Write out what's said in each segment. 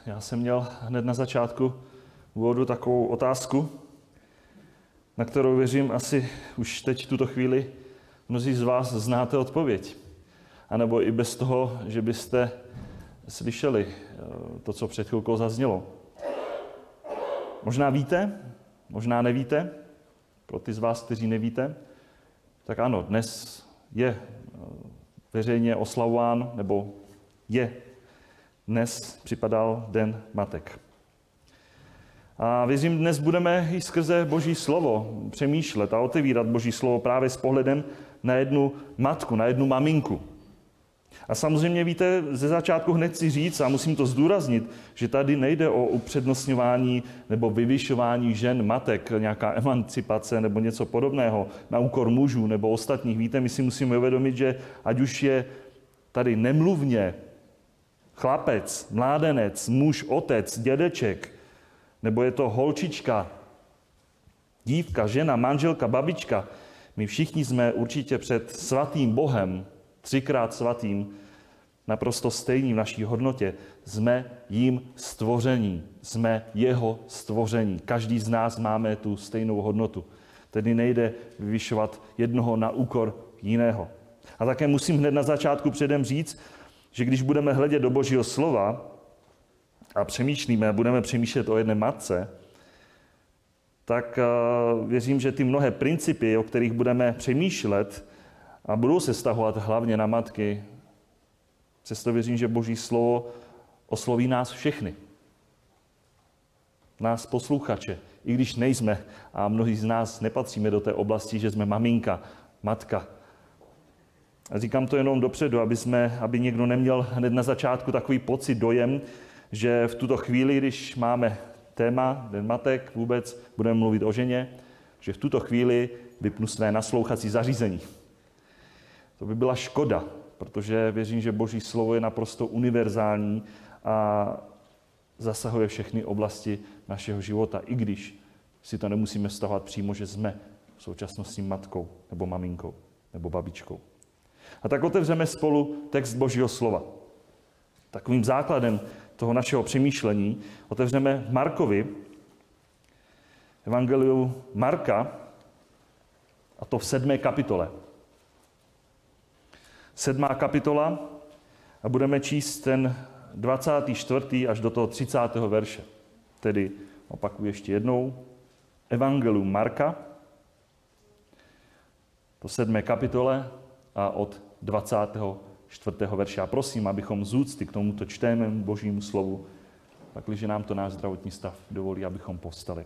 Já jsem měl hned na začátku úvodu takovou otázku, na kterou věřím asi už teď v tuto chvíli mnozí z vás znáte odpověď. A nebo i bez toho, že byste slyšeli to, co před chvilkou zaznělo. Možná víte, možná nevíte. Pro ty z vás, kteří nevíte, tak ano, dnes je veřejně oslavován, nebo dnes připadal Den matek. A věřím, dnes budeme i skrze Boží slovo přemýšlet a otevírat Boží slovo právě s pohledem na jednu matku, na jednu maminku. A samozřejmě víte, ze začátku hned si říct, a musím to zdůraznit, že tady nejde o upřednostňování nebo vyvyšování žen, matek, nějaká emancipace nebo něco podobného na úkor mužů nebo ostatních. Víte, my si musíme uvědomit, že ať už je tady nemluvně chlapec, mládenec, muž, otec, dědeček, nebo je to holčička, dívka, žena, manželka, babička, my všichni jsme určitě před svatým Bohem, třikrát svatým, naprosto stejní v naší hodnotě. Jsme jím stvoření. Jsme jeho stvoření. Každý z nás máme tu stejnou hodnotu. Tedy nejde vyvyšovat jednoho na úkor jiného. A také musím hned na začátku předem říct, že když budeme hledět do Božího slova a přemýšlíme, budeme přemýšlet o jedné matce, tak věřím, že ty mnohé principy, o kterých budeme přemýšlet, a budou se vztahovat hlavně na matky. Přesto věřím, že Boží slovo osloví nás všechny. Nás posluchače. I když nejsme, a mnohí z nás nepatříme do té oblasti, že jsme maminka, matka. A říkám to jenom dopředu, aby někdo neměl hned na začátku takový pocit, dojem, že v tuto chvíli, když máme téma Den matek, vůbec budeme mluvit o ženě, že v tuto chvíli vypnu své naslouchací zařízení. To by byla škoda, protože věřím, že Boží slovo je naprosto univerzální a zasahuje všechny oblasti našeho života, i když si to nemusíme vztahovat přímo, že jsme v současnosti matkou nebo maminkou nebo babičkou. A tak otevřeme spolu text Božího slova. Takovým základem toho našeho přemýšlení otevřeme Markovi, evangeliu Marka, a to v 7. kapitole. 7. kapitola a budeme číst ten 24. až do toho 30. verše. Tedy opakuju ještě jednou. Evangelium Marka, to 7. kapitole a od 24. verše. A prosím, abychom z úcty k tomuto čtému Božímu slovu, pakliže nám to náš zdravotní stav dovolí, abychom povstali.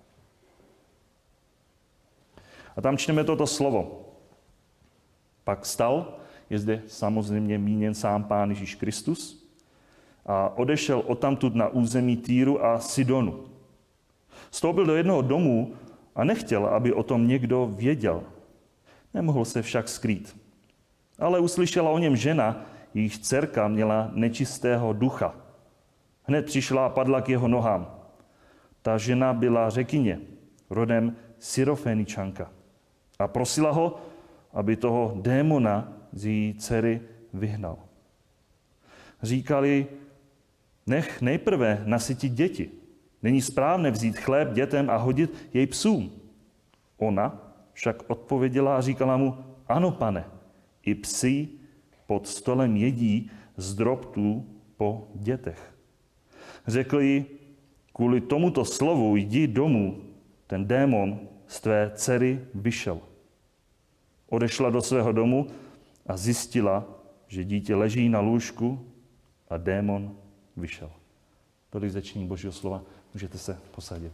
A tam čteme toto slovo. Pak vstal, je zde samozřejmě míněn sám Pán Ježíš Kristus, a odešel odtamtud na území Týru a Sidonu. Vstoupil do jednoho domu a nechtěl, aby o tom někdo věděl. Nemohl se však skrýt. Ale uslyšela o něm žena, jejíž dcerka měla nečistého ducha. Hned přišla a padla k jeho nohám. Ta žena byla Řekyně, rodem Syrofeničanka. A prosila ho, aby toho démona z její dcery vyhnal. Říkali, nech nejprve nasytit děti. Není správné vzít chléb dětem a hodit jej psům. Ona však odpověděla a říkala mu, ano, pane, i psi pod stolem jedí z drobtů po dětech. Řekl jí, kvůli tomuto slovu jdi domů, ten démon z tvé dcery vyšel. Odešla do svého domu a zjistila, že dítě leží na lůžku a démon vyšel. Tolik začíní Božího slova. Můžete se posadit.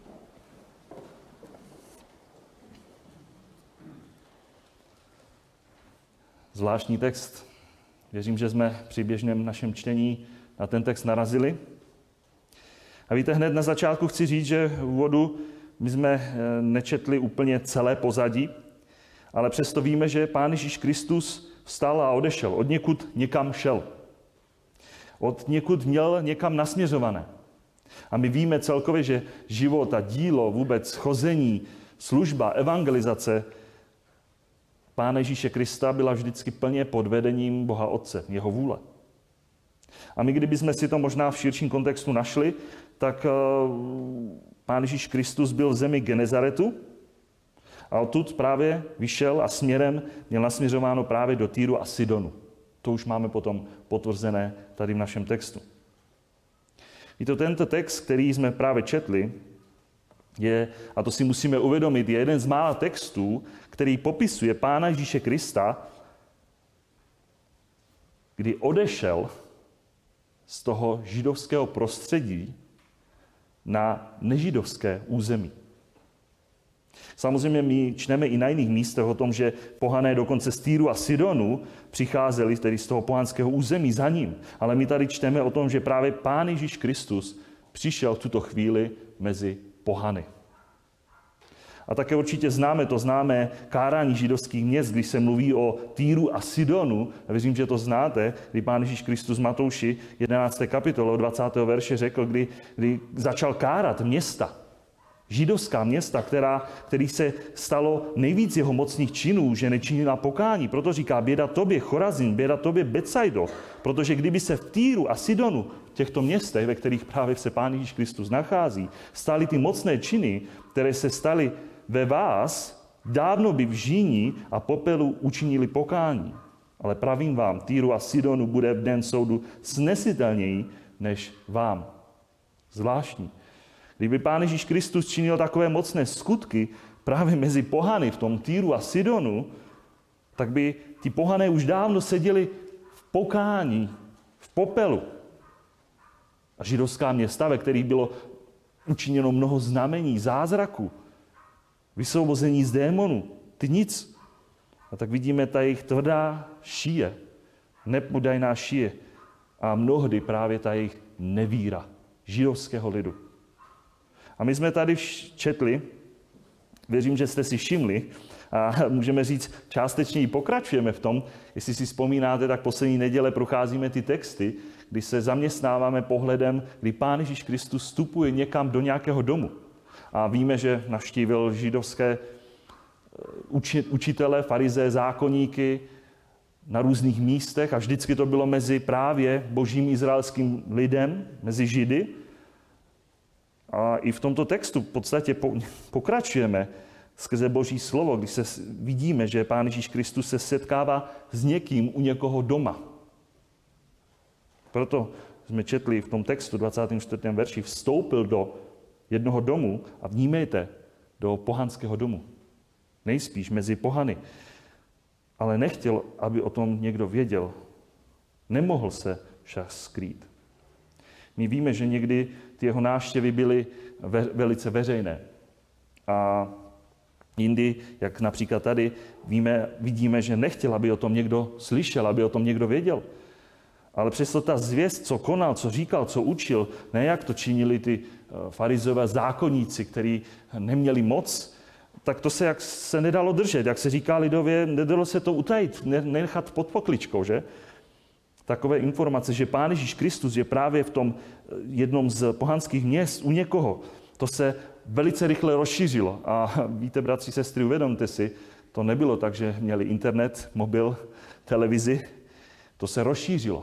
Zvláštní text. Věřím, že jsme při běžném našem čtení na ten text narazili. A víte, hned na začátku chci říct, že v úvodu my jsme nečetli úplně celé pozadí, ale přesto víme, že Pán Ježíš Kristus vstal a odešel. Od někud někam šel. Od někud měl někam nasměřované. A my víme celkově, že život a dílo, vůbec chození, služba, evangelizace Pána Ježíše Krista byla vždycky plně pod vedením Boha Otce, jeho vůle. A my, kdybychom si to možná v širším kontextu našli, tak Pán Ježíš Kristus byl v zemi Genezaretu a odtud právě vyšel a směrem měl nasměřováno právě do Týru a Sidonu. To už máme potom potvrzené tady v našem textu. Víte, tento text, který jsme právě četli, je, a to si musíme uvědomit, je jeden z mála textů, který popisuje Pána Ježíše Krista, kdy odešel z toho židovského prostředí na nežidovské území. Samozřejmě my čteme i na jiných místech o tom, že pohané dokonce z Týru a Sidonu přicházeli tedy z toho pohanského území za ním. Ale my tady čteme o tom, že právě Pán Ježíš Kristus přišel v tuto chvíli mezi pohany. A také určitě známe kárání židovských měst, když se mluví o Týru a Sidonu. A věřím, že to znáte, kdy Pán Ježíš Kristus Matouši 11. kapitole 20. verše řekl, kdy začal kárat města. Židovská města, který se stalo nejvíc jeho mocných činů, že nečinila pokání. Proto říká, běda tobě Chorazin, běda tobě Betsaido. Protože kdyby se v Týru a Sidonu, těchto městech, ve kterých právě se Pán Ježíš Kristus nachází, staly ty mocné činy, které se staly ve vás, dávno by v žíni a popelu učinili pokání. Ale pravím vám, Týru a Sidonu bude v den soudu snesitelněji než vám. Zvláštní. Kdyby Pán Ježíš Kristus činil takové mocné skutky právě mezi pohany v tom Týru a Sidonu, tak by ti pohané už dávno seděli v pokání, v popelu. A židovská města, ve kterých bylo učiněno mnoho znamení, zázraků, vysvobození z démonů, ty nic. A tak vidíme ta jejich tvrdá šíje, nepodajná šíje a mnohdy právě ta jejich nevíra židovského lidu. A my jsme tady četli, věřím, že jste si všimli, a můžeme říct, částečně i pokračujeme v tom, jestli si vzpomínáte, tak poslední neděle procházíme ty texty, kdy se zaměstnáváme pohledem, kdy Pán Ježíš Kristus vstupuje někam do nějakého domu. A víme, že navštívil židovské učitele, farizeje, zákoníky na různých místech a vždycky to bylo mezi právě božím izraelským lidem, mezi Židy. A i v tomto textu v podstatě pokračujeme skrze Boží slovo, když se vidíme, že Pán Ježíš Kristus se setkává s někým u někoho doma. Proto jsme četli v tom textu 24. verši, vstoupil do jednoho domu a vnímejte, do pohanského domu. Nejspíš mezi pohany. Ale nechtěl, aby o tom někdo věděl. Nemohl se však skrýt. My víme, že někdy ty jeho návštěvy byly velice veřejné. A jindy, jak například tady, vidíme, že nechtěl, aby o tom někdo slyšel, aby o tom někdo věděl. Ale přesto ta zvěst, co konal, co říkal, co učil, ne jak to činili ty farizové zákonníci, kteří neměli moc, tak to se nedalo držet. Jak se říká lidově, nedalo se to utajit, nechat pod pokličkou, že? Takové informace, že Pán Ježíš Kristus je právě v tom jednom z pohanských měst u někoho, to se velice rychle rozšířilo. A víte, bratři, sestry, uvědomte si, to nebylo tak, že měli internet, mobil, televizi, to se rozšířilo.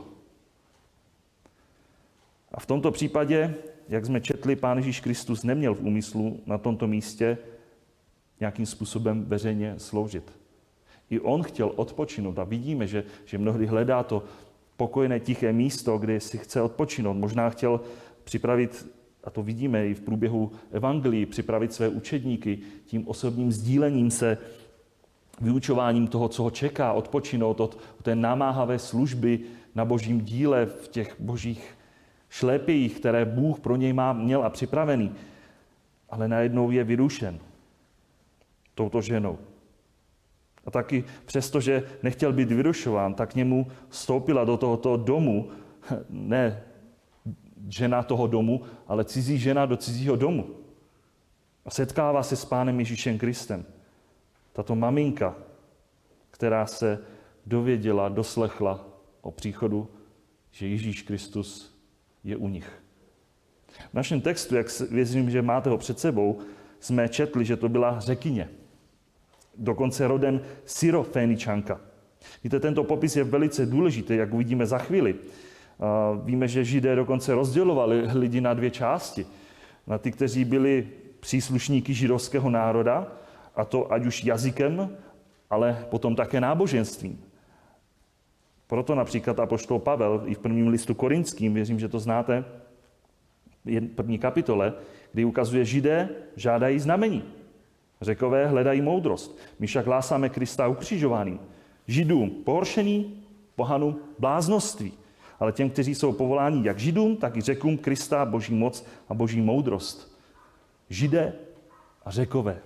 A v tomto případě, jak jsme četli, Pán Ježíš Kristus neměl v úmyslu na tomto místě nějakým způsobem veřejně sloužit. I on chtěl odpočinout a vidíme, že mnohdy hledá to pokojné, tiché místo, kde si chce odpočinout. Možná chtěl připravit, a to vidíme i v průběhu evangelii, připravit své učedníky tím osobním sdílením se, vyučováním toho, co ho čeká, odpočinout od té namáhavé služby na božím díle, v těch božích šlépějích, které Bůh pro něj měl a připravený. Ale najednou je vyrušen touto ženou. A taky přesto, že nechtěl být vyrušován, tak k němu vstoupila do tohoto domu, ne žena toho domu, ale cizí žena do cizího domu. A setkává se s Pánem Ježíšem Kristem. Tato maminka, která se dověděla, doslechla o příchodu, že Ježíš Kristus je u nich. V našem textu, jak věřím, že máte ho před sebou, jsme četli, že to byla Řekyně. Dokonce rodem Syroféničanka. Víte, tento popis je velice důležitý, jak uvidíme za chvíli. Víme, že Židé dokonce rozdělovali lidi na dvě části. Na ty, kteří byli příslušníky židovského národa, a to ať už jazykem, ale potom také náboženstvím. Proto například apoštol Pavel i v prvním listu Korinským, věřím, že to znáte, první kapitole, kdy ukazuje, Židé žádají znamení. Řekové hledají moudrost. My však hlásáme Krista ukřižovaný. Židům pohoršení, pohanům bláznoství. Ale těm, kteří jsou povoláni jak Židům, tak i Řekům Krista, boží moc a boží moudrost. Židé a Řekové.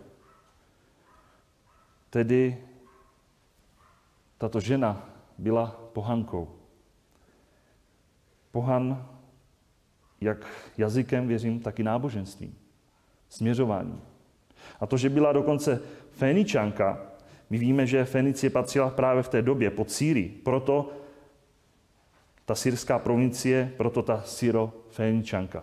Tedy tato žena byla pohankou. Pohan jak jazykem, věřím, tak i náboženstvím. Směřováním. A to, že byla dokonce Féničanka, my víme, že Fénicie patřila právě v té době pod Sýrii. Proto ta syrská provincie, proto ta Syro-Féničanka.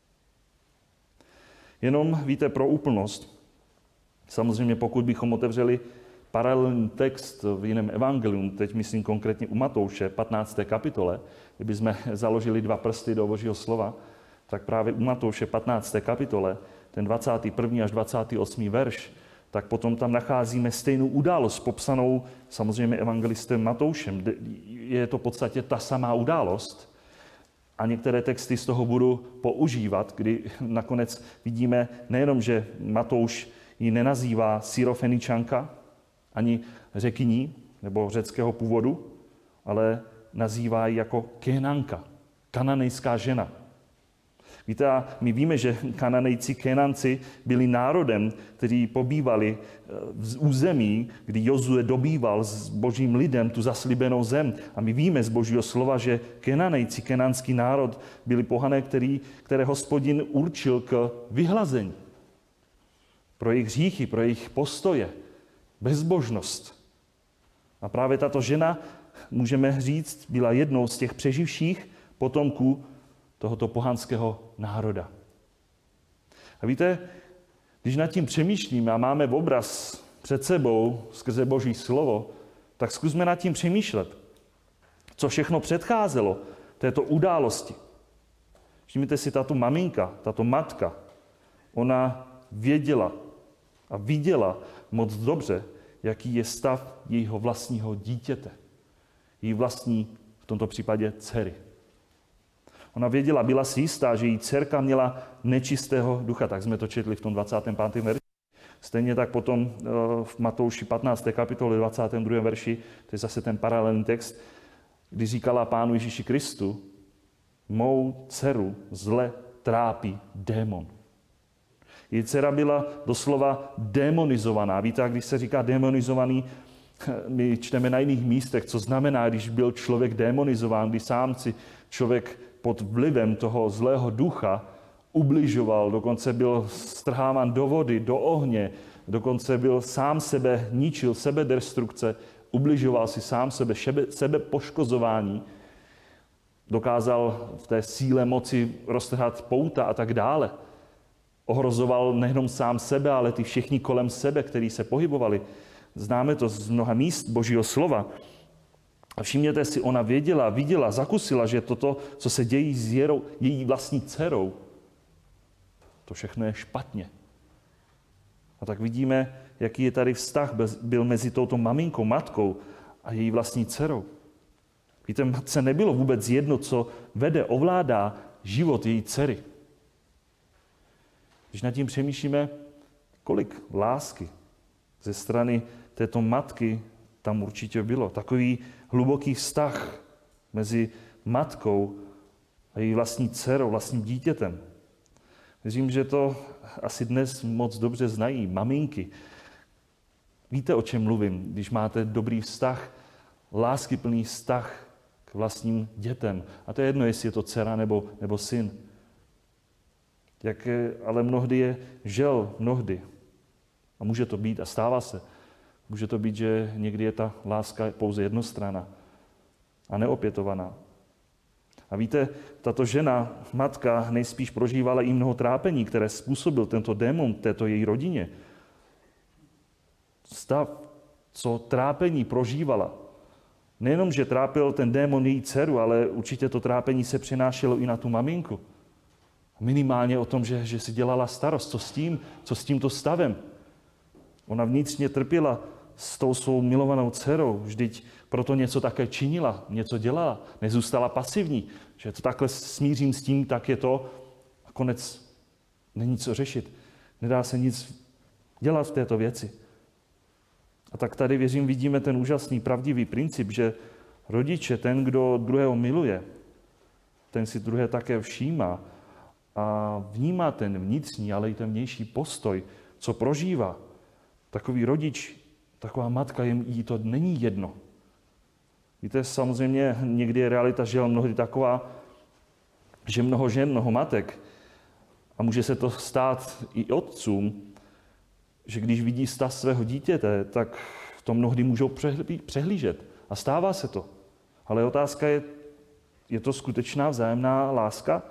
Jenom, víte, pro úplnost, samozřejmě pokud bychom otevřeli paralelní text v jiném evangelium, teď myslím konkrétně u Matouše, 15. kapitole, kdybychom založili dva prsty do Božího slova, tak právě u Matouše 15. kapitole, ten 21. až 28. verš, tak potom tam nacházíme stejnou událost, popsanou samozřejmě evangelistem Matoušem. Je to v podstatě ta samá událost a některé texty z toho budu používat, kdy nakonec vidíme nejenom, že Matouš ji nenazývá Syrofeničanka, ani Řekyní, nebo řeckého původu, ale nazývá ji jako Kénanka, kananejská žena. Víte, a my víme, že Kananejci, Kénanci byli národem, kteří pobývali v území, kdy Jozue dobýval s božím lidem tu zaslíbenou zem. A my víme z božího slova, že Kananejci, kénanský národ, byli pohané, které Hospodin určil k vyhlazení. Pro jejich hříchy, pro jejich postoje, bezbožnost. A právě tato žena, můžeme říct, byla jednou z těch přeživších potomků tohoto pohanského národa. A víte, když nad tím přemýšlíme a máme obraz před sebou skrze Boží slovo, tak zkusme nad tím přemýšlet, co všechno předcházelo této události. Všimněte si, tato maminka, tato matka, ona věděla a viděla moc dobře, jaký je stav jejího vlastního dítěte. Její vlastní, v tomto případě, dcery. Ona věděla, byla si jistá, že její dcerka měla nečistého ducha. Tak jsme to četli v tom 25. verši. Stejně tak potom v Matouši 15. kapitole 22. verši, to je zase ten paralelní text, kdy říkala Pánu Ježíši Kristu, mou dceru zle trápí démon. Její dcera byla doslova demonizovaná. Víte, a když se říká demonizovaný, my čteme na jiných místech, co znamená, když byl člověk demonizován, když sám si člověk pod vlivem toho zlého ducha ubližoval, dokonce byl strháván do vody, do ohně, dokonce byl sám sebe ničil, sebedestrukce, ubližoval si sám sebe poškozování, dokázal v té síle moci roztrhat pouta a tak dále. Ohrozoval nejenom sám sebe, ale ty všichni kolem sebe, kteří se pohybovali. Známe to z mnoha míst Božího slova. A všimněte si, ona věděla, viděla, zakusila, že toto, co se dějí s její vlastní dcerou, to všechno je špatně. A tak vidíme, jaký je tady vztah byl mezi touto maminkou, matkou a její vlastní dcerou. Víte, matce nebylo vůbec jedno, co vede, ovládá život její dcery. Když nad tím přemýšlíme, kolik lásky ze strany této matky tam určitě bylo. Takový hluboký vztah mezi matkou a její vlastní dcerou, vlastním dítětem. Věřím, že to asi dnes moc dobře znají maminky. Víte, o čem mluvím, když máte dobrý vztah, láskyplný vztah k vlastním dětem. A to je jedno, jestli je to dcera nebo syn. Ale mnohdy je žel, mnohdy. A může to být, a stává se, může to být, že někdy je ta láska pouze jednostranná a neopětovaná. A víte, tato žena, matka, nejspíš prožívala i mnoho trápení, které způsobil tento démon této její rodině. Stav, co trápení prožívala, Nejenom, že trápil ten démon její dceru, ale určitě to trápení se přenášelo i na tu maminku. Minimálně o tom, že si dělala starost. Co s tímto stavem? Ona vnitřně trpěla s tou svou milovanou dcerou. Vždyť proto něco také činila, něco dělala. Nezůstala pasivní. Že to takhle smířím s tím, tak je to. A konec není co řešit. Nedá se nic dělat v této věci. A tak tady, věřím, vidíme ten úžasný, pravdivý princip, že rodiče, ten, kdo druhého miluje, ten si druhé také všímá a vnímá ten vnitřní, ale i ten vnější postoj, co prožívá. Takový rodič, taková matka, jí to není jedno. Víte, samozřejmě někdy je realita žel mnohdy taková, že mnoho žen, mnoho matek, a může se to stát i otcům, že když vidí stav svého dítěte, tak to mnohdy můžou přehlížet. A stává se to. Ale otázka je to skutečná vzájemná láska?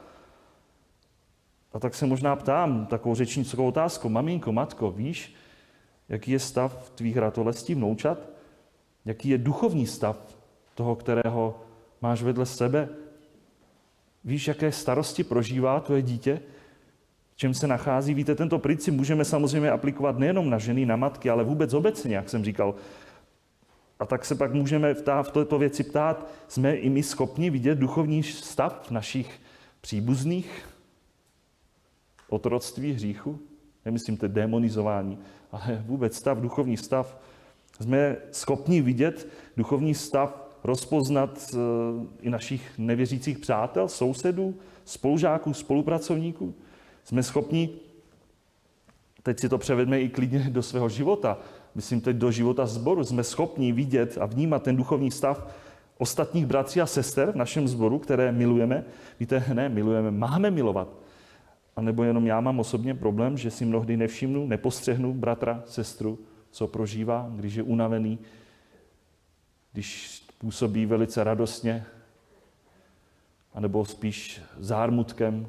A tak se možná ptám takovou řečnickou otázku. Maminko, matko, víš, jaký je stav tvých ratolestí, vnoučat? Jaký je duchovní stav toho, kterého máš vedle sebe? Víš, jaké starosti prožívá tvoje dítě? V čem se nachází? Víte, tento princip můžeme samozřejmě aplikovat nejenom na ženy, na matky, ale vůbec obecně, jak jsem říkal. A tak se pak můžeme v této věci ptát, jsme i my schopni vidět duchovní stav našich příbuzných? Otroctví, hříchu? Nemyslím to démonizování, ale vůbec stav, duchovní stav. Jsme schopni vidět duchovní stav, rozpoznat i našich nevěřících přátel, sousedů, spolužáků, spolupracovníků? Jsme schopni, teď si to převedme i klidně do svého života, myslím teď do života sboru, jsme schopni vidět a vnímat ten duchovní stav ostatních bratří a sester v našem sboru, které milujeme. Víte, ne, milujeme, máme milovat. A nebo jenom já mám osobně problém, že si mnohdy nevšimnu, nepostřehnu bratra, sestru, co prožívá, když je unavený, když působí velice radostně, anebo spíš zármutkem.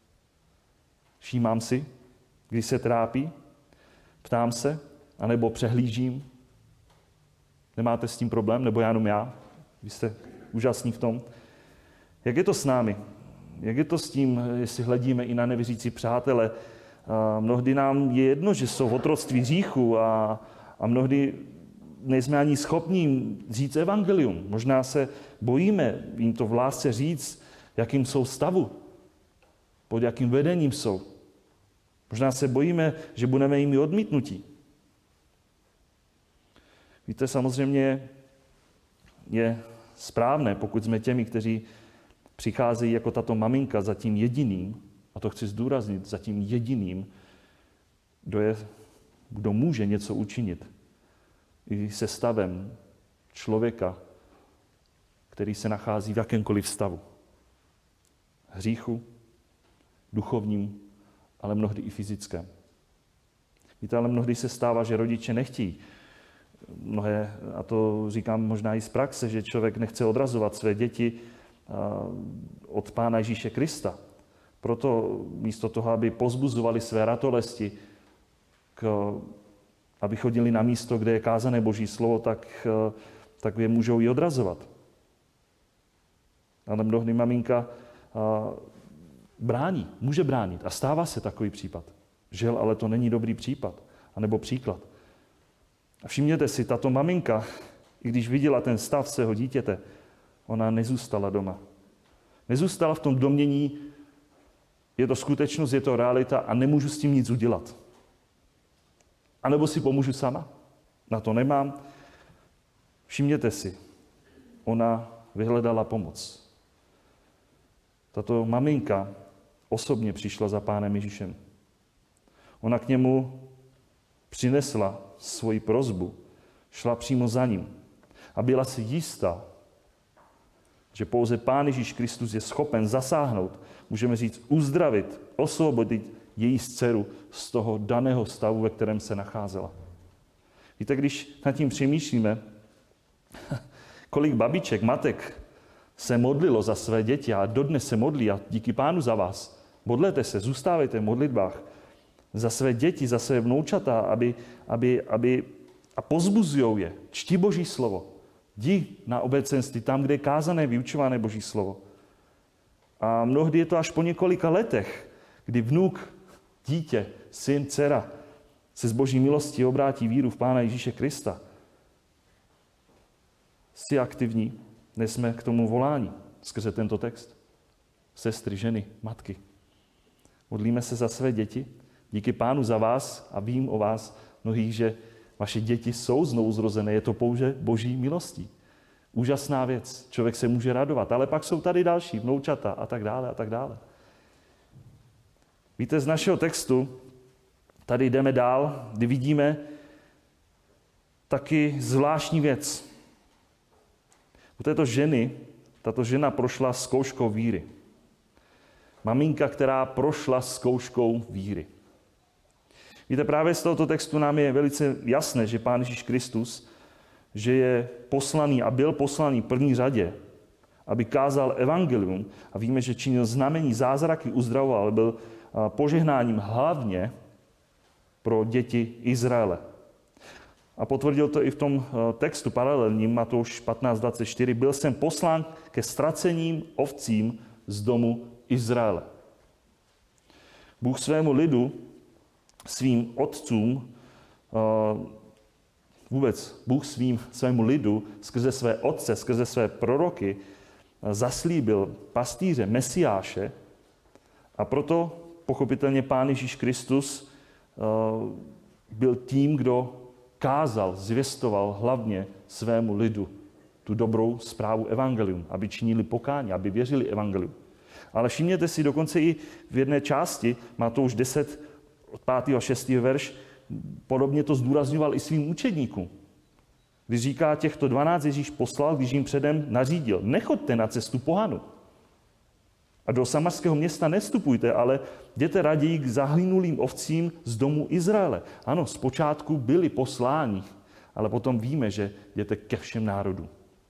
Všímám si, když se trápí, ptám se, anebo přehlížím. Nemáte s tím problém, nebo jenom já? Vy jste úžasní v tom. Jak je to s námi? Jak je to s tím, jestli hledíme i na nevěřící přátele? Mnohdy nám je jedno, že jsou v otroctví hříchu a mnohdy nejsme ani schopni říct evangelium. Možná se bojíme jim to v lásce říct, jakým jsou stavu, pod jakým vedením jsou. Možná se bojíme, že budeme jimi odmítnutí. Víte, samozřejmě je správné, pokud jsme těmi, kteří přicházejí jako tato maminka za tím jediným, a to chci zdůraznit, za tím jediným, kdo může něco učinit i se stavem člověka, který se nachází v jakémkoliv stavu. Hříchu, duchovním, ale mnohdy i fyzickém. Víte, ale mnohdy se stává, že rodiče nechtějí mnohé, a to říkám možná i z praxe, že člověk nechce odrazovat své děti od Pána Ježíše Krista. Proto místo toho, aby pozbuzovali své ratolesti, aby chodili na místo, kde je kázané Boží slovo, tak je můžou i odrazovat. Ale mnohdy maminka brání, může bránit. A stává se takový případ. Žel, ale to není dobrý případ, anebo příklad. A všimněte si, tato maminka, i když viděla ten stav svého dítěte, ona nezůstala doma. Nezůstala v tom domnění, je to skutečnost, je to realita a nemůžu s tím nic udělat. A nebo si pomůžu sama. Na to nemám. Všimněte si, ona vyhledala pomoc. Tato maminka osobně přišla za Pánem Ježíšem. Ona k němu přinesla svoji prosbu, šla přímo za ním a byla si jistá, že pouze Pán Ježíš Kristus je schopen zasáhnout, můžeme říct uzdravit, osvobodit její dceru z toho daného stavu, ve kterém se nacházela. Víte, když nad tím přemýšlíme, kolik babiček, matek se modlilo za své děti a dodnes se modlí a díky Pánu za vás. Modlete se, zůstávejte v modlitbách za své děti, za své vnoučata, aby a pozbuzujou je. Čti Boží slovo. Jdi na obecenství, tam, kde je kázané, vyučované Boží slovo. A mnohdy je to až po několika letech, kdy vnuk, dítě, syn, dcera se z Boží milosti obrátí víru v Pána Ježíše Krista. Jsi aktivní, dnes jsme k tomu volání skrze tento text. Sestry, ženy, matky. Modlíme se za své děti. Díky Pánu za vás a vím o vás mnohých, že vaše děti jsou znovu zrozené. Je to pouze Boží milostí. Úžasná věc. Člověk se může radovat. Ale pak jsou tady další, vnoučata a tak dále a tak dále. Víte, z našeho textu tady jdeme dál, kdy vidíme taky zvláštní věc. U této ženy, tato žena prošla zkouškou víry. Maminka, která prošla zkouškou víry. Víte, právě z tohoto textu nám je velice jasné, že Pán Ježíš Kristus, že je poslaný a byl poslaný v první řadě, aby kázal evangelium a víme, že činil znamení, zázraky, uzdravoval, byl požehnáním hlavně pro děti Izraele. A potvrdil to i v tom textu paralelním, Matouš 15:24. Byl jsem poslán ke ztraceným ovcím z domu Izraele. Bůh svému lidu, svým otcům, vůbec Bůh svému lidu skrze své otce, skrze své proroky zaslíbil pastýře, Mesiáše a proto pochopitelně Pán Ježíš Kristus byl tím, kdo kázal, zvěstoval hlavně svému lidu tu dobrou zprávu evangelium, aby činili pokání, aby věřili evangelium. Ale všimněte si, dokonce i v jedné části, Matouš 10, od 5. a 6. verš, podobně to zdůrazňoval i svým učedníkům. Když říká, těchto 12 Ježíš poslal, když jim předem nařídil, nechoďte na cestu pohanu. A do samařského města nevstupujte, ale jděte raději k zahynulým ovcím z domu Izraele. Ano, zpočátku byli posláni, ale potom víme, že jděte ke všem národům.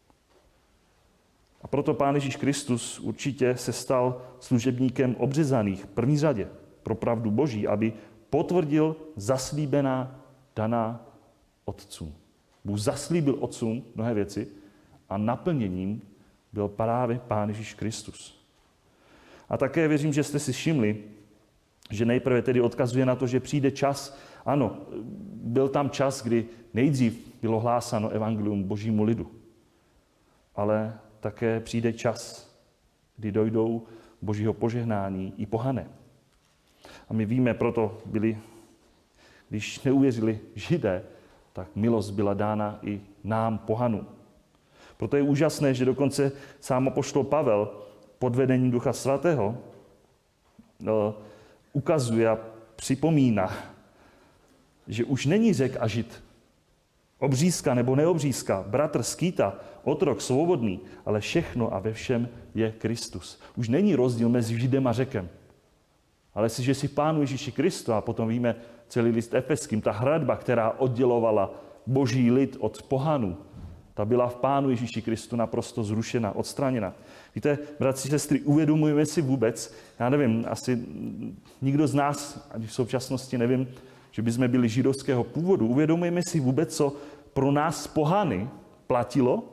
A proto Pán Ježíš Kristus určitě se stal služebníkem obřezaných v první řadě pro pravdu Boží, aby potvrdil zaslíbená daná otcům. Bůh zaslíbil otcům mnohé věci a naplněním byl právě Pán Ježíš Kristus. A také věřím, že jste si všimli, že nejprve tedy odkazuje na to, že přijde čas. Ano, byl tam čas, kdy nejdřív bylo hlásáno evangelium Božímu lidu. Ale také přijde čas, kdy dojdou Božího požehnání i pohané. A my víme, proto když neuvěřili Židé, tak milost byla dána i nám, pohanům. Proto je úžasné, že dokonce sám apoštol Pavel pod vedením Ducha Svatého ukazuje a připomíná, že už není Řek a Žid, obřízka nebo neobřízka, bratr, skýta, otrok, svobodný, ale všechno a ve všem je Kristus. Už není rozdíl mezi Židem a Řekem. Ale že si v Pánu Ježíši Kristu, a potom víme celý list Efeským, ta hradba, která oddělovala Boží lid od pohanů, ta byla v Pánu Ježíši Kristu naprosto zrušena, odstraněna. Víte, bratři, sestry, uvědomujeme si vůbec, já nevím, asi nikdo z nás, ani v současnosti nevím, že bychom byli židovského původu, uvědomujeme si vůbec, co pro nás pohany platilo,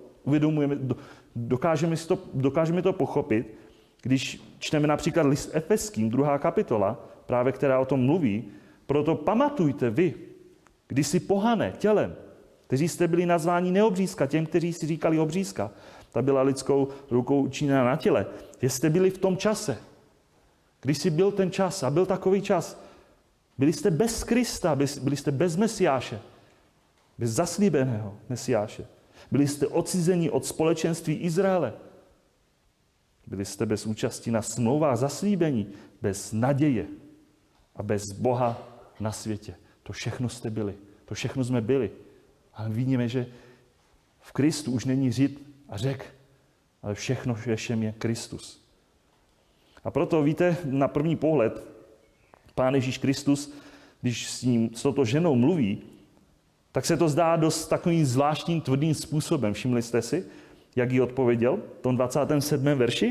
dokážeme to pochopit, když čteme například list Efeským, 2. kapitola, právě která o tom mluví, proto pamatujte vy, když si pohané tělem, kteří jste byli nazváni neobřízka, těm, kteří si říkali obřízka, ta byla lidskou rukou učiněna na těle, že jste byli v tom čase, když si byl ten čas a byl takový čas, byli jste bez Krista, byli jste bez Mesiáše, bez zaslíbeného Mesiáše. Byli jste odcizeni od společenství Izraele. Byli jste bez účasti na smlouvách zaslíbení, bez naděje a bez Boha na světě. To všechno jste byli, to všechno jsme byli. A vidíme, že v Kristu už není Žid a Řek, ale všechno všem je Kristus. A proto víte, na první pohled, Pán Ježíš Kristus, když s touto ženou mluví, tak se to zdá dost takovým zvláštním, tvrdým způsobem. Všimli jste si, jak jí odpověděl v tom 27. verši?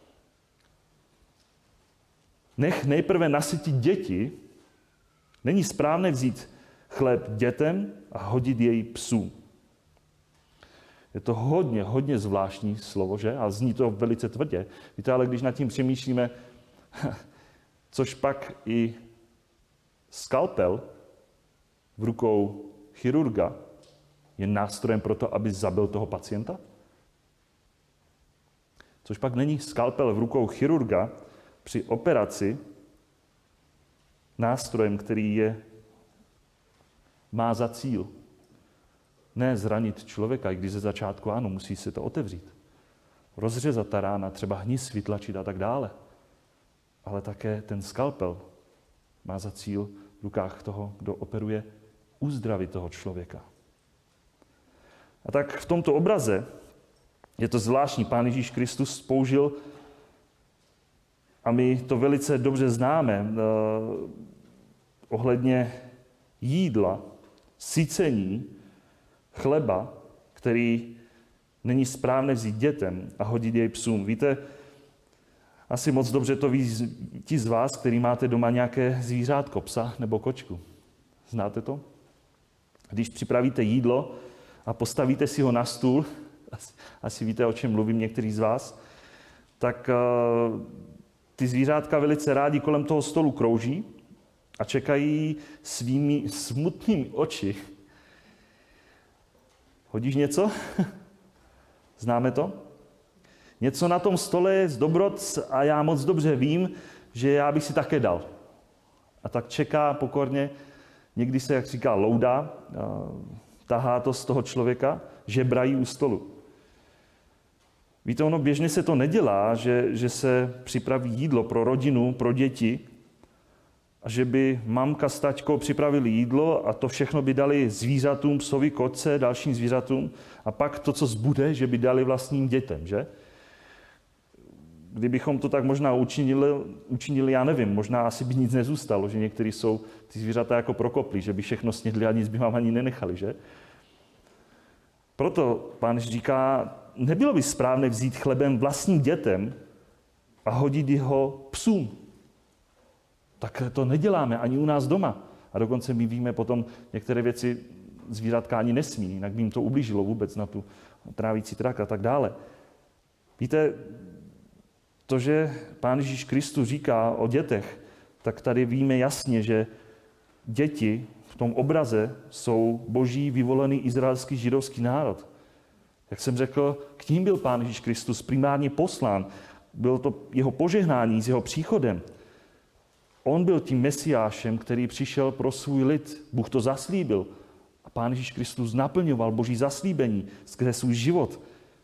Nech nejprve nasytit děti, není správné vzít chléb dětem a hodit jej psům. Je to hodně, hodně zvláštní slovo, že? A zní to velice tvrdě. Víte, ale když nad tím přemýšlíme, což pak i skalpel v rukou chirurga je nástrojem pro to, aby zabil toho pacienta? Což pak není skalpel v rukou chirurga při operaci nástrojem, který má za cíl ne zranit člověka, i když ze začátku ano, musí se to otevřít. Rozřezat ta rána, třeba hnis vytlačit a tak dále. Ale také ten skalpel má za cíl v rukách toho, kdo operuje, uzdravit toho člověka. A tak v tomto obraze je to zvláštní. Pán Ježíš Kristus použil, a my to velice dobře známe, ohledně jídla, sycení, chleba, který není správné vzít dětem a hodit jej psům. Víte, asi moc dobře to ví ti z vás, který máte doma nějaké zvířátko, psa nebo kočku. Znáte to? Když připravíte jídlo a postavíte si ho na stůl, asi víte, o čem mluvím některý z vás, tak ty zvířátka velice rádi kolem toho stolu krouží a čekají svými smutnými oči. Hodíš něco? Známe to? Něco na tom stole je z dobrot a já moc dobře vím, že já bych si také dal. A tak čeká pokorně, někdy se, jak říká, loudá, tahá to z toho člověka, žebrají u stolu. Víte, ono běžně se to nedělá, že se připraví jídlo pro rodinu, pro děti, a že by mamka s taťkou připravili jídlo a to všechno by dali zvířatům, psovi, kotce, dalším zvířatům a pak to, co zbude, že by dali vlastním dětem, že? Kdybychom to tak možná učinili, já nevím, možná asi by nic nezůstalo, že někteří jsou ty zvířata jako prokopli, že by všechno snědli a nic by vám ani nenechali, že? Proto Pán říká, nebylo by správné vzít chlebem vlastním dětem a hodit ho psům. Tak to neděláme ani u nás doma. A dokonce my víme potom, některé věci zvířatka ani nesmí, jinak by jim to ublížilo vůbec na tu trávící trakt a tak dále. Víte, to, že Pán Ježíš Kristus říká o dětech, tak tady víme jasně, že děti v tom obraze jsou boží vyvolený izraelský židovský národ. Jak jsem řekl, k ním byl Pán Ježíš Kristus primárně poslán. Bylo to jeho požehnání s jeho příchodem. On byl tím mesiášem, který přišel pro svůj lid. Bůh to zaslíbil. A Pán Ježíš Kristus naplňoval boží zaslíbení skrze svůj život.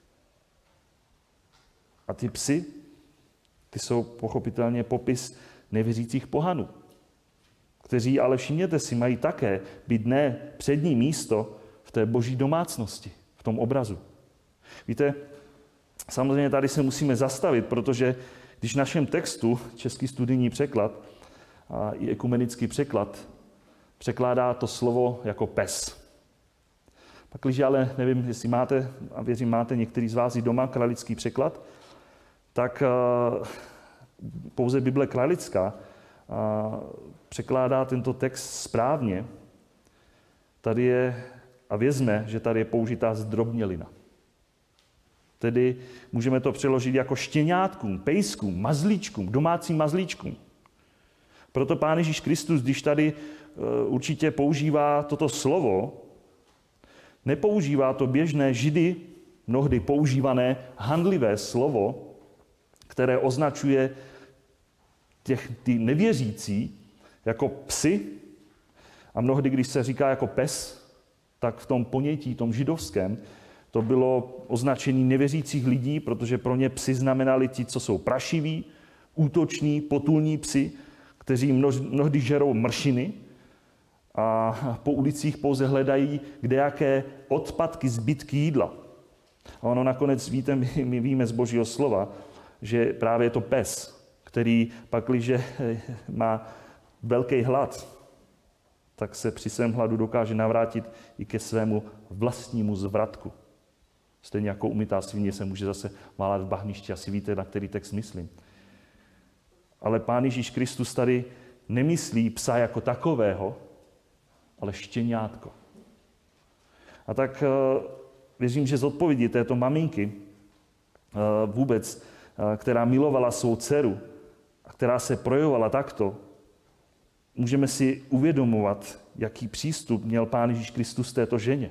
A ty psi, ty jsou pochopitelně popis nevěřících pohanů, kteří, ale všimněte si, mají také být ne přední místo v té boží domácnosti, v tom obrazu. Víte, samozřejmě tady se musíme zastavit, protože když v našem textu, český studijní překlad a i ekumenický překlad, překládá to slovo jako pes. Pakliže ale, nevím, jestli máte, a věřím, máte některý z vás i doma kralický překlad, tak pouze Bible kralická překládá tento text správně. Tady je, a vězme, že tady je použitá zdrobnělina. Tedy můžeme to přeložit jako štěňátkům, pejskům, mazlíčkům, domácím mazlíčkům. Proto Pán Ježíš Kristus, když tady určitě používá toto slovo, nepoužívá to běžné Židy, mnohdy používané handlivé slovo, které označuje ty nevěřící jako psy. A mnohdy, když se říká jako pes, tak v tom ponětí, tom židovském, to bylo označení nevěřících lidí, protože pro ně psi znamenali ti, co jsou prašiví, útoční, potulní psi, kteří mnohdy žerou mršiny a po ulicích pouze hledají kdejaké odpadky, zbytky jídla. A ono nakonec, víte, my víme z Božího slova, že právě je to pes, který pakliže má velký hlad, tak se při svém hladu dokáže navrátit i ke svému vlastnímu zvratku. Stejně jako umytá svině se může zase málat v bahništi, asi víte, na který text myslím. Ale Pán Ježíš Kristus tady nemyslí psa jako takového, ale štěňátko. A tak věřím, že z odpovědi této maminky vůbec, která milovala svou dceru a která se projevovala takto, můžeme si uvědomovat, jaký přístup měl Pán Ježíš Kristus této ženě.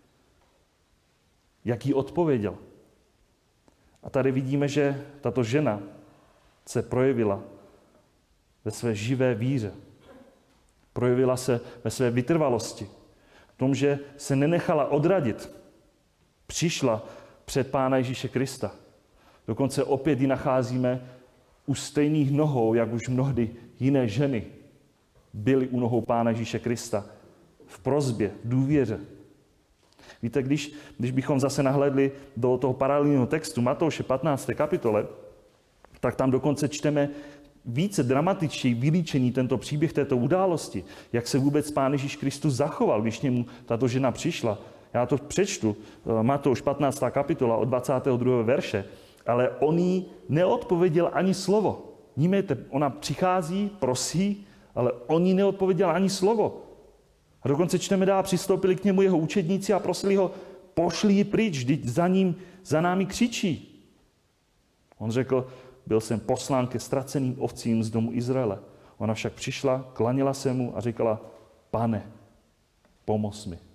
Jak jí odpověděl. A tady vidíme, že tato žena se projevila ve své živé víře. Projevila se ve své vytrvalosti. V tom, že se nenechala odradit. Přišla před Pána Ježíše Krista. Dokonce opět ji nacházíme u stejných nohou, jak už mnohdy jiné ženy byly u nohou Pána Ježíše Krista. V prosbě, v důvěře. Víte, když bychom zase nahlédli do toho paralelního textu Matouše 15. kapitole, tak tam dokonce čteme více dramatičtěji vylíčení tento příběh této události, jak se vůbec Pán Ježíš Kristus zachoval, když němu tato žena přišla. Já to přečtu, Matouš 15. kapitola od 22. verše, ale on jí neodpověděl ani slovo. Vnímejte, ona přichází, prosí, ale on jí neodpověděl ani slovo. A dokonce čteme dál, přistoupili k němu jeho učedníci a prosili ho, pošli ji pryč, vždyť za námi křičí. On řekl, byl jsem poslán ke ztraceným ovcím z domu Izraele. Ona však přišla, klanila se mu a říkala, Pane, pomoz mi.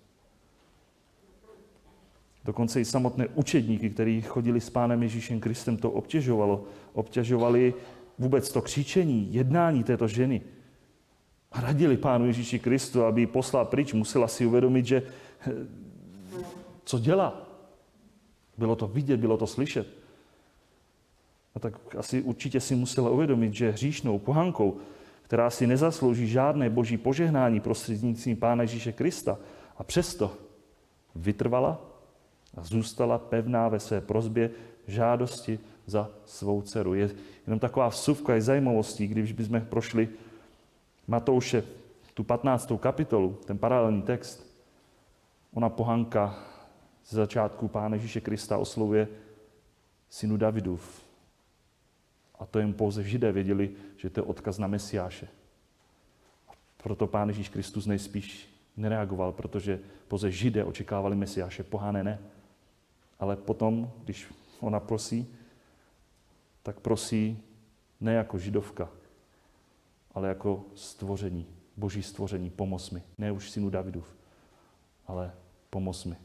Dokonce i samotné učedníky, kteří chodili s Pánem Ježíšem Kristem, to obtěžovali vůbec to křičení, jednání této ženy. A radili Pánu Ježíši Kristu, aby ji poslal pryč. Musela si uvědomit, že co dělá. Bylo to vidět, bylo to slyšet. A tak asi určitě si musela uvědomit, že hříšnou pohankou, která si nezaslouží žádné boží požehnání prostřednictvím Pána Ježíše Krista, a přesto vytrvala a zůstala pevná ve své prosbě žádosti za svou dceru. Je jenom taková vsuvka i zajímavostí, když bychom prošli Matouše, tu 15. kapitolu, ten paralelní text, ona pohanka ze začátku Pána Ježíše Krista oslovuje synu Davidův. A to jen pouze Židé věděli, že to je odkaz na Mesiáše. Proto Pán Ježíš Kristus nejspíš nereagoval, protože pouze Židé očekávali Mesiáše, pohané ne. Ale potom, když ona prosí, tak prosí ne jako Židovka, ale jako stvoření, boží stvoření, pomoz mi. Ne už synu Davidův, ale pomoz mi.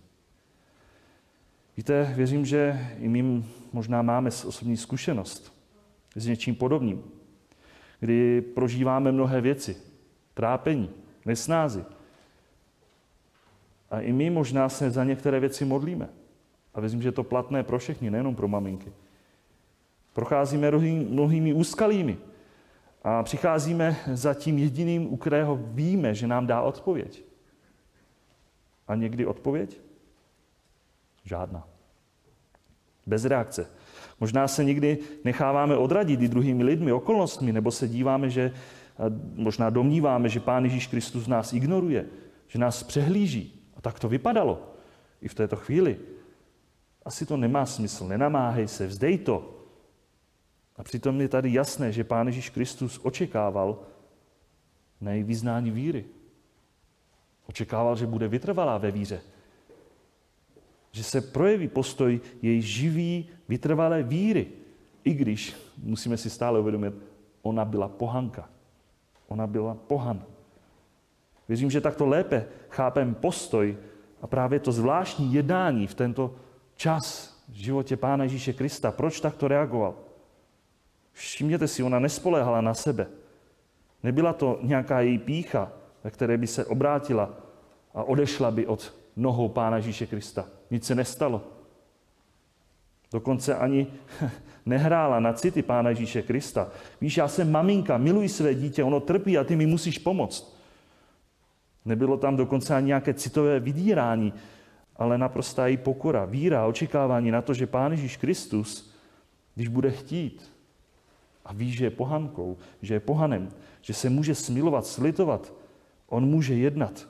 Víte, věřím, že i my možná máme osobní zkušenost s něčím podobným, kdy prožíváme mnohé věci, trápení, nesnázy. A i my možná se za některé věci modlíme. A věřím, že je to platné pro všechny, nejenom pro maminky. Procházíme mnohými úskalími a přicházíme za tím jediným, u kterého víme, že nám dá odpověď. A někdy odpověď? Žádná. Bez reakce. Možná se někdy necháváme odradit i druhými lidmi, okolnostmi, nebo se díváme, možná domníváme, že Pán Ježíš Kristus nás ignoruje, že nás přehlíží. A tak to vypadalo i v této chvíli. Asi to nemá smysl, nenamáhej se, vzdej to. A přitom je tady jasné, že Pán Ježíš Kristus očekával na její vyznání víry. Očekával, že bude vytrvalá ve víře. Že se projeví postoj její živý, vytrvalé víry. I když, musíme si stále uvědomit, ona byla pohanka. Ona byla pohan. Věřím, že takto lépe chápeme postoj a právě to zvláštní jednání v tento čas v životě Pána Ježíše Krista. Proč takto reagoval? Všimněte si, ona nespoléhala na sebe. Nebyla to nějaká její pýcha, ve které by se obrátila a odešla by od nohou Pána Ježíše Krista. Nic se nestalo. Dokonce ani nehrála na city Pána Ježíše Krista. Víš, já jsem maminka, miluji své dítě, ono trpí a ty mi musíš pomoct. Nebylo tam dokonce ani nějaké citové vydírání, ale naprostá její pokora, víra, očekávání na to, že Pán Ježíš Kristus, když bude chtít a ví, že je pohankou, že je pohanem, že se může smilovat, slitovat, on může jednat.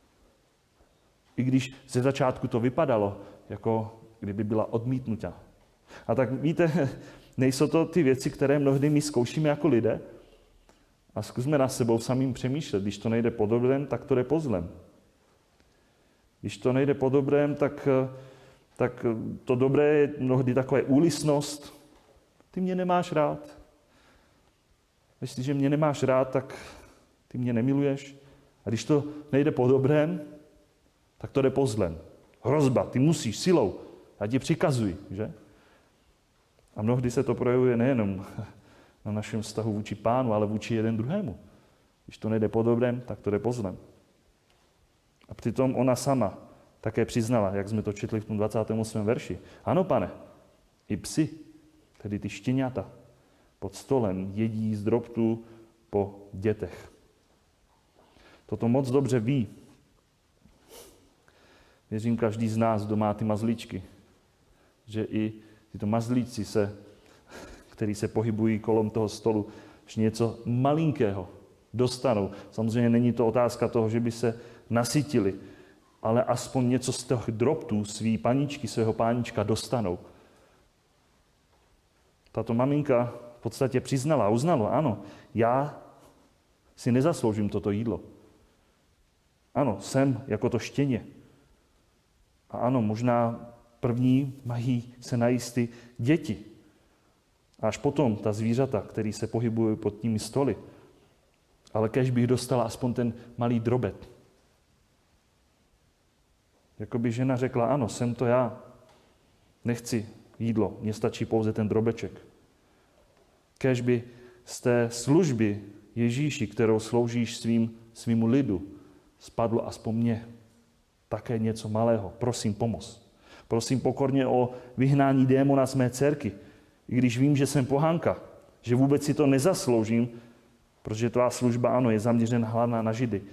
I když ze začátku to vypadalo, jako kdyby byla odmítnuta. A tak víte, nejsou to ty věci, které mnohdy my zkoušíme jako lidé. A zkusme na sebou samým přemýšlet. Když to nejde po dobrém, tak to jde po zlém. Když to nejde po dobrém, tak tak to dobré je mnohdy takové úlisnost. Ty mě nemáš rád. Jestliže mě nemáš rád, tak ty mě nemiluješ. A když to nejde po dobrém, tak to jde po zlém. Hrozba, ty musíš silou. Já ti přikazuji, že? A mnohdy se to projevuje nejenom na našem vztahu vůči Pánu, ale vůči jeden druhému. Když to nejde po dobrém, tak to jde po zlém. A přitom ona sama také přiznala, jak jsme to četli v tom 28. verši. Ano, Pane, i psi, tedy ty štěňata, pod stolem jedí z drobtů po dětech. Toto moc dobře ví. Věřím, každý z nás, kdo má ty mazlíčky, že i tyto mazlíci, který se pohybují kolem toho stolu, že něco malinkého dostanou. Samozřejmě není to otázka toho, že by se nasytili, ale aspoň něco z těch drobtů svý paničky, svého pánička dostanou. Tato maminka v podstatě přiznala a uznala, ano, já si nezasloužím toto jídlo. Ano, jsem jako to štěně. A ano, možná první mají se najíst ty děti. A až potom ta zvířata, které se pohybují pod těmi stoly. Ale kéž bych dostala aspoň ten malý drobet. Jakoby žena řekla, ano, jsem to já. Nechci jídlo, mně stačí pouze ten drobeček. Kéž by z té služby Ježíši, kterou sloužíš svýmu lidu, spadlo aspoň mě také něco malého. Prosím, pomoz. Prosím pokorně o vyhnání démona z mé dcerky. I když vím, že jsem pohanka, že vůbec si to nezasloužím, protože tvá služba, ano, je zaměřena hlavně na Židy.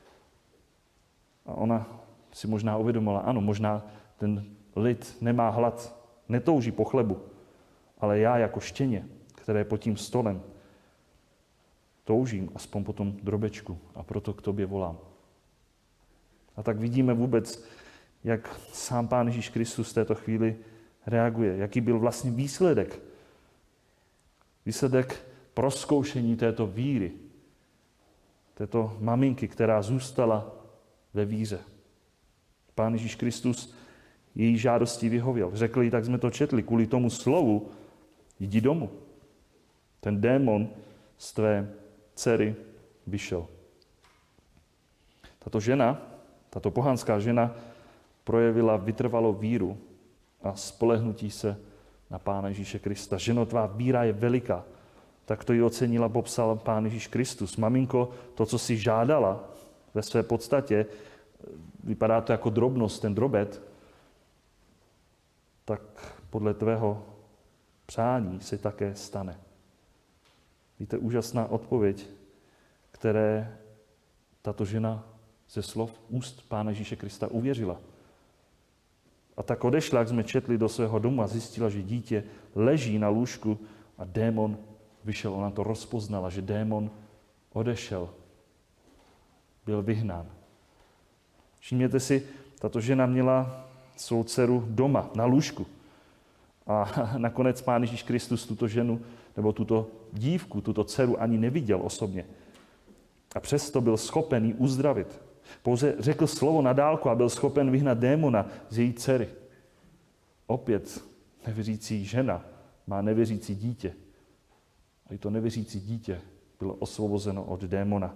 A ona si možná uvědomila, ano, možná ten lid nemá hlad, netouží po chlebu, ale já jako štěně, které je pod tím stolem, toužím aspoň po tom drobečku a proto k tobě volám. A tak vidíme vůbec, jak sám Pán Ježíš Kristus v této chvíli reaguje, jaký byl vlastně výsledek. Výsledek prozkoušení této víry, této maminky, která zůstala ve víře. Pán Ježíš Kristus její žádosti vyhověl. Řekl jí, tak jsme to četli, kvůli tomu slovu, jdi domů. Ten démon z tvé dcery vyšel. Tato žena, tato pohanská žena projevila vytrvalou víru a spolehnutí se na Pána Ježíše Krista. Ženo, tvá víra je veliká. Tak to ji ocenila, popsal Pán Ježíš Kristus. Maminko, to, co si žádala ve své podstatě, vypadá to jako drobnost, ten drobet, tak podle tvého přání se také stane. Víte, úžasná odpověď, které tato žena ze slov úst Pána Ježíše Krista uvěřila. A tak odešla, jak jsme četli, do svého domu a zjistila, že dítě leží na lůžku a démon vyšel. Ona to rozpoznala, že démon odešel. Byl vyhnán. Všimněte si, tato žena měla svou dceru doma, na lůžku. A nakonec Pán Ježíš Kristus tuto ženu, nebo tuto dívku, tuto dceru ani neviděl osobně. A přesto byl schopen ji uzdravit. Pouze řekl slovo na dálku a byl schopen vyhnat démona z její dcery. Opět nevěřící žena má nevěřící dítě. A i to nevěřící dítě bylo osvobozeno od démona.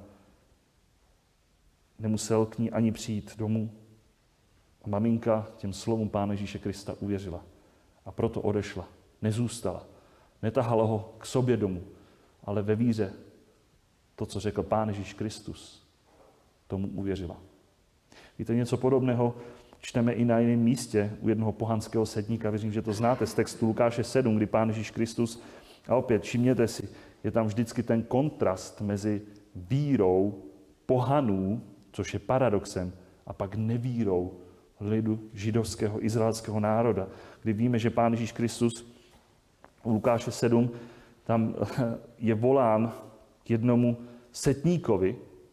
Nemusel k ní ani přijít domů. A maminka těm slovům Pána Ježíše Krista uvěřila. A proto odešla. Nezůstala. Netahala ho k sobě domů, ale ve víře to, co řekl Pán Ježíš Kristus, tomu uvěřila. Víte, něco podobného čteme i na jiném místě u jednoho pohanského setníka. Věřím, že to znáte z textu Lukáše 7, kdy Pán Ježíš Kristus, a opět všimněte si, je tam vždycky ten kontrast mezi vírou pohanů, což je paradoxem, a pak nevírou lidu židovského, izraelského národa. Kdy víme, že Pán Ježíš Kristus u Lukáše 7 tam je volán k jednomu setníkovi,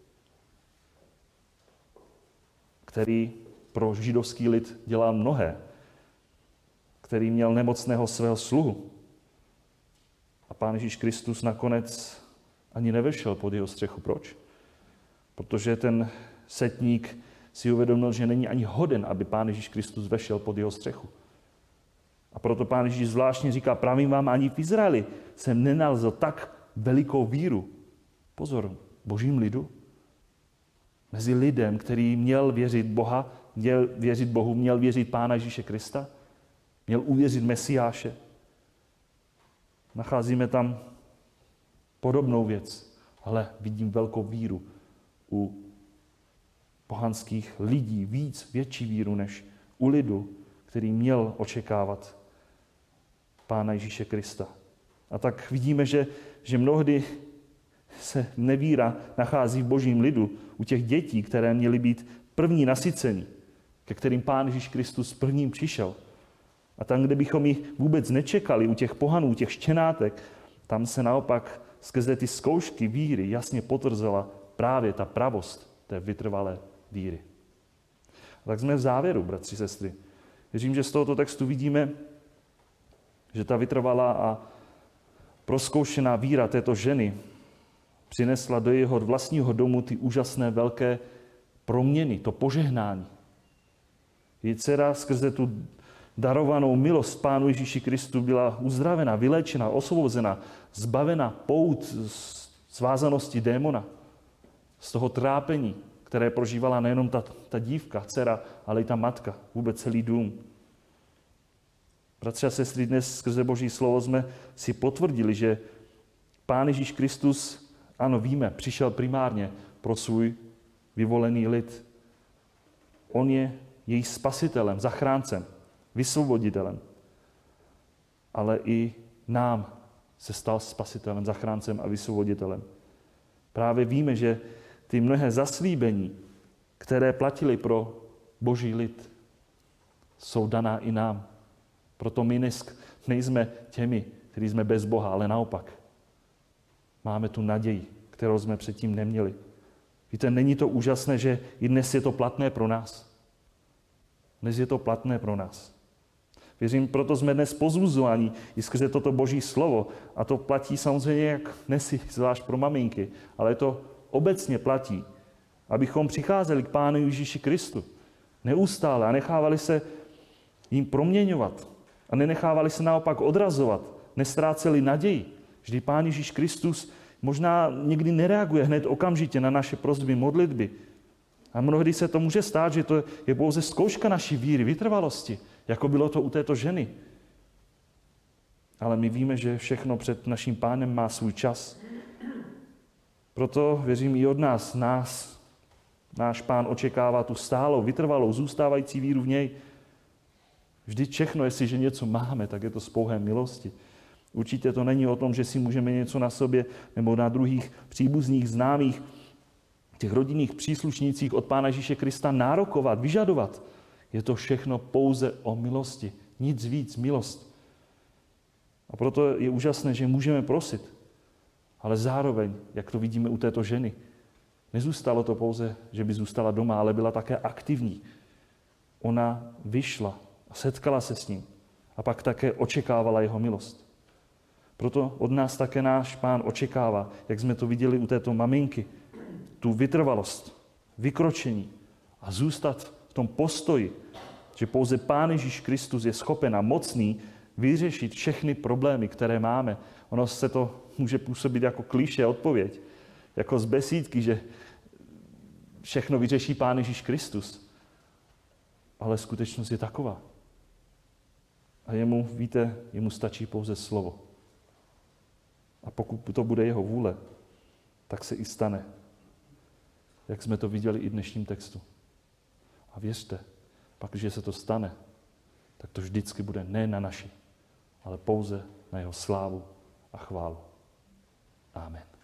který pro židovský lid dělal mnohé, který měl nemocného svého sluhu. A Pán Ježíš Kristus nakonec ani nevešel pod jeho střechu. Proč? Protože ten setník si uvědomil, že není ani hoden, aby Pán Ježíš Kristus vešel pod jeho střechu. A proto Pán Ježíš zvláštně říká, pravím vám, ani v Izraeli jsem nenalezl tak velikou víru. Pozor, božím lidu. Mezi lidem, který měl věřit Boha, měl věřit Bohu, měl věřit Pána Ježíše Krista, měl uvěřit Mesiáše. Nacházíme tam podobnou věc, ale vidím velkou víru u pohanských lidí, větší víru než u lidu, který měl očekávat Pána Ježíše Krista. A tak vidíme, že mnohdy se nevíra nachází v božím lidu u těch dětí, které měly být první nasycení, ke kterým Pán Ježíš Kristus prvním přišel. A tam, kde bychom ji vůbec nečekali, u těch pohanů, u těch štěnátek, tam se naopak skrze ty zkoušky víry jasně potvrzela právě ta pravost té vytrvalé víry. A tak jsme v závěru, bratři, sestry. Věřím, že z tohoto textu vidíme, že ta vytrvalá a prozkoušená víra této ženy přinesla do jeho vlastního domu ty úžasné velké proměny, to požehnání. Její dcera skrze tu darovanou milost Pánu Ježíši Kristu byla uzdravena, vyléčena, osvobozena, zbavena pout svázanosti démona, z toho trápení, které prožívala nejenom ta dívka, dcera, ale i ta matka, vůbec celý dům. Bratři a sestry, dnes skrze Boží slovo jsme si potvrdili, že Pán Ježíš Kristus, ano, víme, přišel primárně pro svůj vyvolený lid. On je jejich spasitelem, zachráncem, vysvoboditelem. Ale i nám se stal spasitelem, zachráncem a vysvoboditelem. Právě víme, že ty mnohé zaslíbení, které platily pro Boží lid, jsou daná i nám. Proto my nejsme těmi, kteří jsme bez Boha, ale naopak. Máme tu naději, kterou jsme předtím neměli. Víte, není to úžasné, že i dnes je to platné pro nás? Dnes je to platné pro nás. Věřím, proto jsme dnes pozbuzováni i skrze toto Boží slovo. A to platí samozřejmě, jak dnes zvlášť pro maminky, ale to obecně platí, abychom přicházeli k Pánu Ježíši Kristu neustále a nechávali se jim proměňovat a nenechávali se naopak odrazovat, nestráceli naději. Vždy Pán Ježíš Kristus možná někdy nereaguje hned okamžitě na naše prosby, modlitby. A mnohdy se to může stát, že to je pouze zkouška naší víry, vytrvalosti, jako bylo to u této ženy. Ale my víme, že všechno před naším Pánem má svůj čas. Proto věřím i od nás, náš Pán očekává tu stálou, vytrvalou, zůstávající víru v něj. Vždy všechno, jestliže něco máme, tak je to z pouhé milosti. Určitě to není o tom, že si můžeme něco na sobě nebo na druhých příbuzných, známých, těch rodinných příslušnících od Pána Ježíše Krista nárokovat, vyžadovat. Je to všechno pouze o milosti. Nic víc, milost. A proto je úžasné, že můžeme prosit. Ale zároveň, jak to vidíme u této ženy, nezůstalo to pouze, že by zůstala doma, ale byla také aktivní. Ona vyšla a setkala se s ním a pak také očekávala jeho milost. Proto od nás také náš Pán očekává, jak jsme to viděli u této maminky, tu vytrvalost, vykročení a zůstat v tom postoji, že pouze Pán Ježíš Kristus je schopen a mocný vyřešit všechny problémy, které máme. Ono se to může působit jako klišé odpověď, jako z besídky, že všechno vyřeší Pán Ježíš Kristus. Ale skutečnost je taková. A jemu stačí pouze slovo. A pokud to bude jeho vůle, tak se i stane. Jak jsme to viděli i v dnešním textu. A věřte, pak, když se to stane, tak to vždycky bude ne na naši, ale pouze na jeho slávu a chválu. Amen.